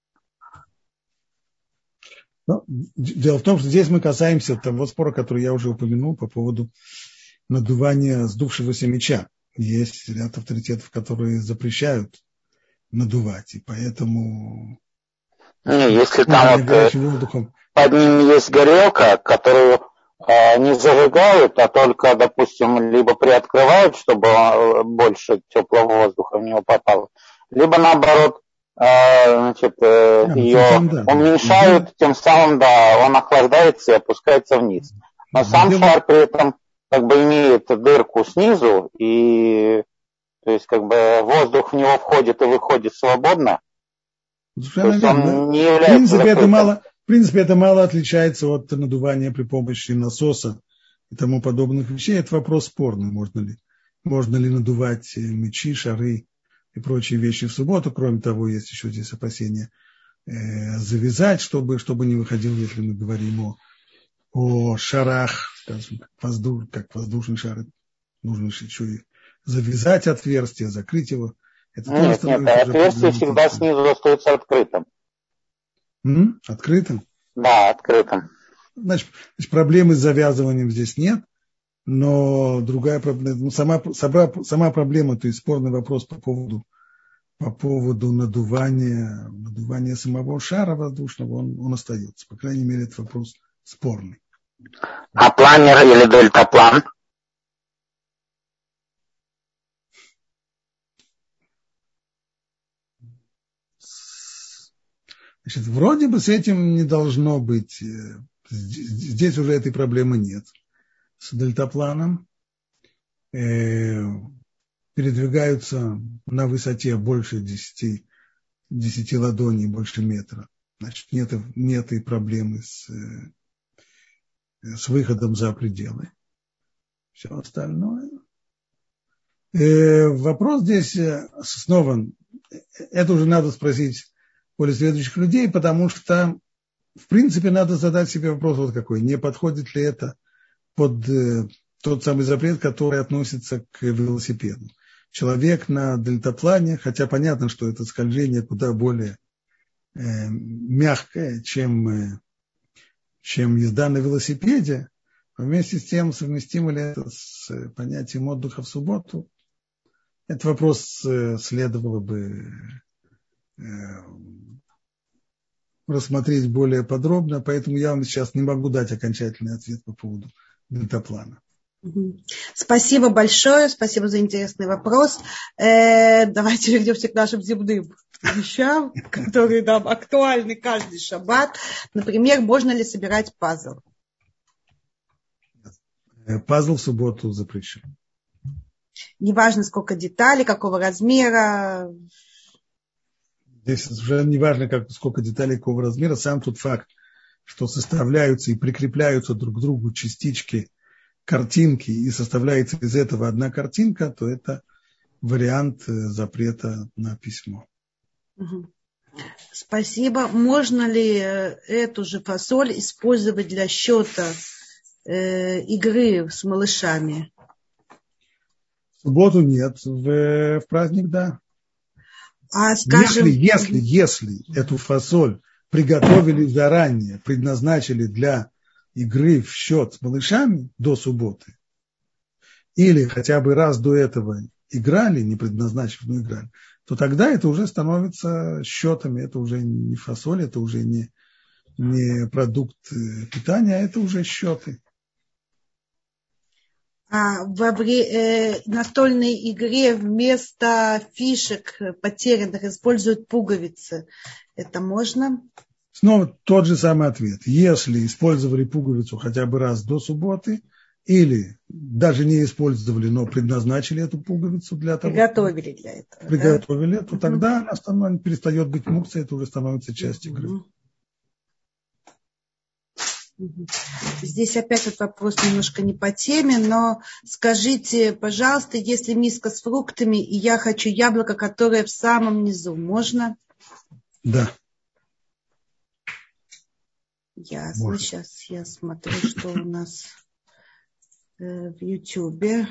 Ну, дело в том, что здесь мы касаемся того спора, который я уже упомянул по поводу надувания сдувшегося меча. Есть ряд авторитетов, которые запрещают надувать, и поэтому... Не, если там вот воздухом... под ним есть горелка, которую э, не зажигают, а только, допустим, либо приоткрывают, чтобы больше теплого воздуха в него попало, либо наоборот, значит, да, ее тем, да, уменьшают, да. тем самым, да, он охлаждается и опускается вниз. Но сам Дело... шар при этом как бы имеет дырку снизу, и то есть как бы воздух в него входит и выходит свободно. То есть он не является в принципе, закрытым. это мало, в принципе, это мало отличается от надувания при помощи насоса и тому подобных вещей. Это вопрос спорный, можно ли, можно ли надувать мечи, шары и прочие вещи в субботу. Кроме того, есть еще здесь опасения э, завязать, чтобы, чтобы не выходил, если мы говорим о, о шарах, скажем, как, воздух, как воздушный шар. Нужно еще и завязать отверстие, закрыть его. Это нет, нет, отверстие всегда снизу остается открытым. М? Открытым? Да, открытым. Значит, значит, проблемы с завязыванием здесь нет. Но другая проблема, ну, сама, сама, сама проблема, то есть спорный вопрос по поводу, по поводу надувания, надувания самого шара воздушного, он, он остается. По крайней мере, это вопрос спорный. А планер или дельтаплан? Значит, вроде бы с этим не должно быть, здесь уже этой проблемы нет. С дельтапланом э, передвигаются на высоте больше десяти, десяти ладоней, больше метра. Значит, нет, нет и проблемы с, с выходом за пределы. Все остальное. Э, вопрос здесь снова, это уже надо спросить более следующих людей, потому что, в принципе, надо задать себе вопрос вот какой, не подходит ли это под э, тот самый запрет, который относится к велосипеду. Человек на дельтаплане, хотя понятно, что это скольжение куда более э, мягкая, чем, э, чем езда на велосипеде, вместе с тем совместимо ли это с понятием отдыха в субботу? Этот вопрос э, следовало бы э, рассмотреть более подробно, поэтому я вам сейчас не могу дать окончательный ответ по поводу дельтаплана. Спасибо большое, спасибо за интересный вопрос. Э, давайте вернемся к нашим земным вещам, которые нам актуальны каждый шаббат. Например, можно ли собирать пазл? Пазл в субботу запрещен. Неважно, сколько деталей, какого размера. Здесь уже не важно, как, сколько деталей, какого размера. Сам тот факт, что составляются и прикрепляются друг к другу частички картинки и составляется из этого одна картинка, то это вариант запрета на письмо. Спасибо. Можно ли эту же фасоль использовать для счета э, игры с малышами? В субботу нет, в, в праздник да. А скажем... Если, если, если эту фасоль приготовили заранее, предназначили для игры в счет с малышами до субботы, или хотя бы раз до этого играли, не предназначив, но играли, то тогда это уже становится счетами, это уже не фасоль, это уже не, не продукт питания, а это уже счеты. А в э, настольной игре вместо фишек потерянных используют пуговицы. Это можно? Снова тот же самый ответ. Если использовали пуговицу хотя бы раз до субботы, или даже не использовали, но предназначили эту пуговицу для того, приготовили для этого, приготовили, да? то угу. Тогда она становится, перестает быть мукцией, это уже становится частью игры. Угу. Здесь опять этот вопрос немножко не по теме, но скажите, пожалуйста, если миска с фруктами, и я хочу яблоко, которое в самом низу, можно? Да. Ясно. Можно. Сейчас я смотрю, что у нас э, в Ютубе.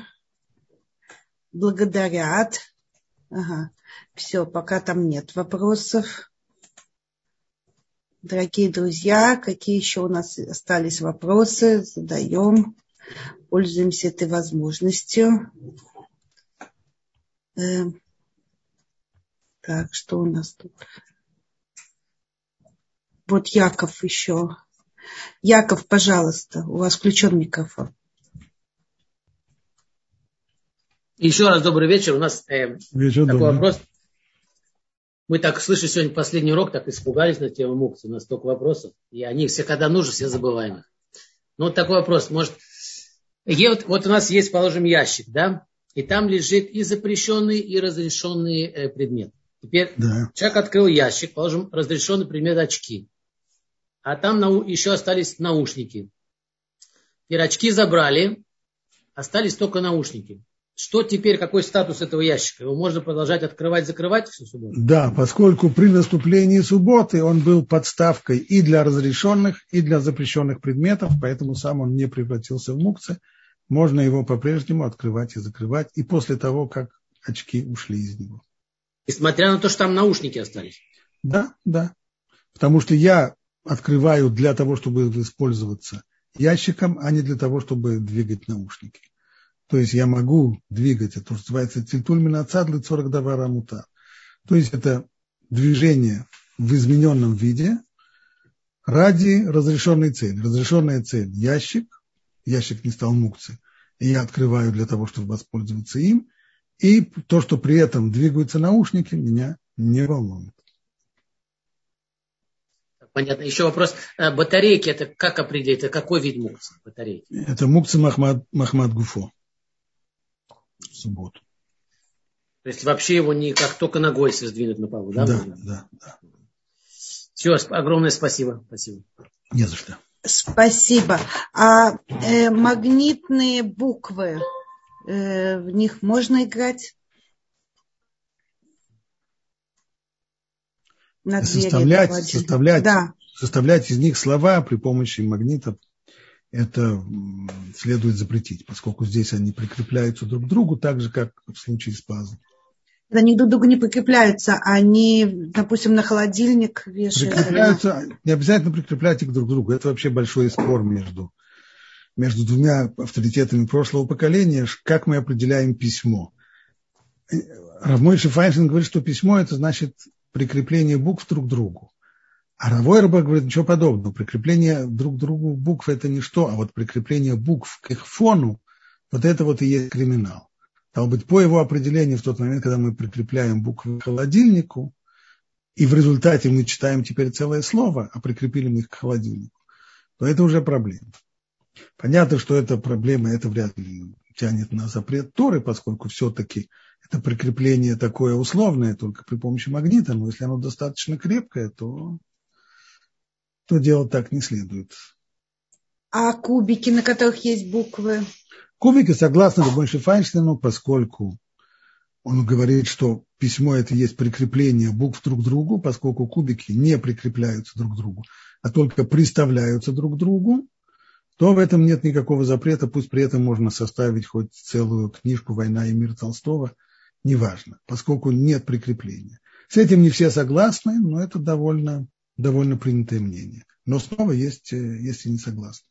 Благодарят. Ага. Все, пока там нет вопросов. Дорогие друзья, какие еще у нас остались вопросы? Задаем. Пользуемся этой возможностью. Э, так, что у нас тут? Вот Яков еще. Яков, пожалуйста, у вас включен микрофон. Еще раз добрый вечер. У нас э, вечер такой добрый. Вопрос. Мы так слышали сегодня последний урок, так испугались на тему мукции. У нас столько вопросов. И они все, когда нужно, все забываем их. Ну, вот такой вопрос. Может, вот, вот у нас есть, положим, ящик, да? И там лежит и запрещенный, и разрешенный э, предмет. Теперь да. Человек открыл ящик, положим, разрешенный предмет очки. А там нау- еще остались наушники. Теперь очки забрали, остались только наушники. Что теперь, какой статус этого ящика? Его можно продолжать открывать, закрывать всю субботу? Да, поскольку при наступлении субботы он был подставкой и для разрешенных, и для запрещенных предметов, поэтому сам он не превратился в мукцы. Можно его по-прежнему открывать и закрывать, и после того, как очки ушли из него. Несмотря на то, что там наушники остались? Да, да. Потому что я открываю для того, чтобы использоваться ящиком, а не для того, чтобы двигать наушники. То есть я могу двигать, это называется тильтуль мин ацад лецорах давара мутар. То есть это движение в измененном виде ради разрешенной цели. Разрешенная цель – ящик, ящик не стал мукцей, и я открываю для того, чтобы воспользоваться им, и то, что при этом двигаются наушники, меня не волнует. Понятно. Еще вопрос. Батарейки, это как определить? Это какой вид мукцы батарейки? Это мукцы Махмад, Махмад Гуфо. В субботу. То есть вообще его не как только ногой если сдвинуть на полу, да? Да, да, да. Все, огромное спасибо. Спасибо. Не за что. Спасибо. А э, магнитные буквы, э, в них можно играть? На составлять, двери, составлять, да. составлять из них слова при помощи магнитов, это следует запретить, поскольку здесь они прикрепляются друг к другу, так же, как в случае с пазлом. Они друг к другу не прикрепляются, они, допустим, на холодильник вешают. Прикрепляются, не обязательно прикреплять их друг к другу. Это вообще большой спор между, между двумя авторитетами прошлого поколения, как мы определяем письмо. Рав Мойше Файнштейн говорит, что письмо – это значит прикрепление букв друг к другу. А Рав Ойербах говорит, ничего подобного. Прикрепление друг к другу букв – это не что, а вот прикрепление букв к их фону, вот это вот и есть криминал. Стало быть, по его определению, в тот момент, когда мы прикрепляем буквы к холодильнику, и в результате мы читаем теперь целое слово, а прикрепили мы их к холодильнику, то это уже проблема. Понятно, что эта проблема, это вряд ли тянет на запрет Торы, поскольку все-таки это прикрепление такое условное, только при помощи магнита, но если оно достаточно крепкое, то, то делать так не следует. А кубики, на которых есть буквы? Кубики согласно Рав Мойше Файнштейну, поскольку он говорит, что письмо это есть прикрепление букв друг к другу, поскольку кубики не прикрепляются друг к другу, а только приставляются друг к другу, то в этом нет никакого запрета, пусть при этом можно составить хоть целую книжку «Война и мир» Толстого, неважно, поскольку нет прикрепления. С этим не все согласны, но это довольно, довольно принятое мнение. Но снова есть, есть и не согласны.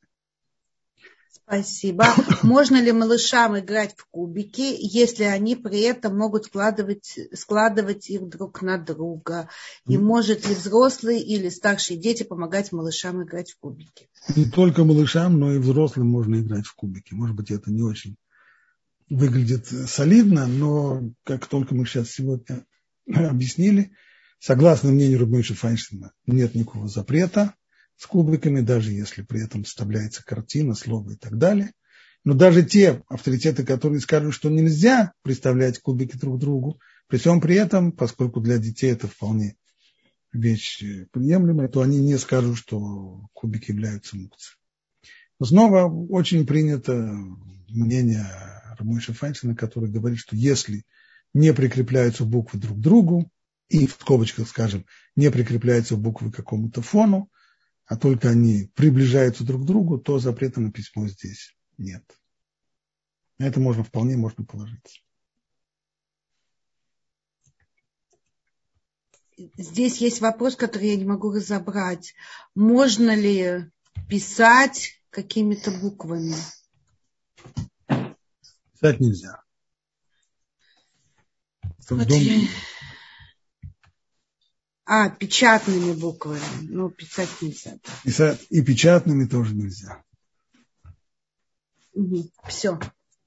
Спасибо. Можно ли малышам играть в кубики, если они при этом могут складывать, складывать их друг на друга? И может ли взрослые или старшие дети помогать малышам играть в кубики? Не только малышам, но и взрослым можно играть в кубики. Может быть, это не очень выглядит солидно, но как только мы сейчас сегодня объяснили, согласно мнению Рав Мойше Файнштейна, нет никакого запрета с кубиками, даже если при этом вставляется картина, слово и так далее. Но даже те авторитеты, которые скажут, что нельзя представлять кубики друг к другу, при всем при этом, поскольку для детей это вполне вещь приемлемая, то они не скажут, что кубики являются мукцией. Но снова очень принято мнение Рав Мойше Файнштейна, который говорит, что если не прикрепляются буквы друг к другу, и в скобочках, скажем, не прикрепляются буквы к какому-то фону, а только они приближаются друг к другу, то запрета на письмо здесь нет. На это можно вполне можно положиться. Здесь есть вопрос, который я не могу разобрать. Можно ли писать какими-то буквами? Писать нельзя. Вот я... А, печатными буквами. Ну, писать нельзя. Писать и печатными тоже нельзя. Угу. Все.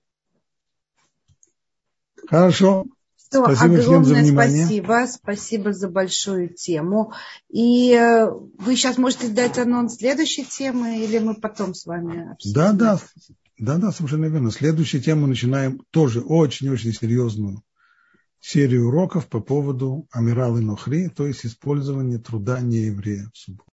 Хорошо. Все, спасибо всем за внимание. Спасибо. Спасибо за большую тему. И э, вы сейчас можете дать анонс следующей темы, или мы потом с вами обсудим? Да, да. Да, да, совершенно верно. Следующую тему начинаем тоже очень-очень серьезную серию уроков по поводу Амирал и Нохри, то есть использования труда нееврея в субботу.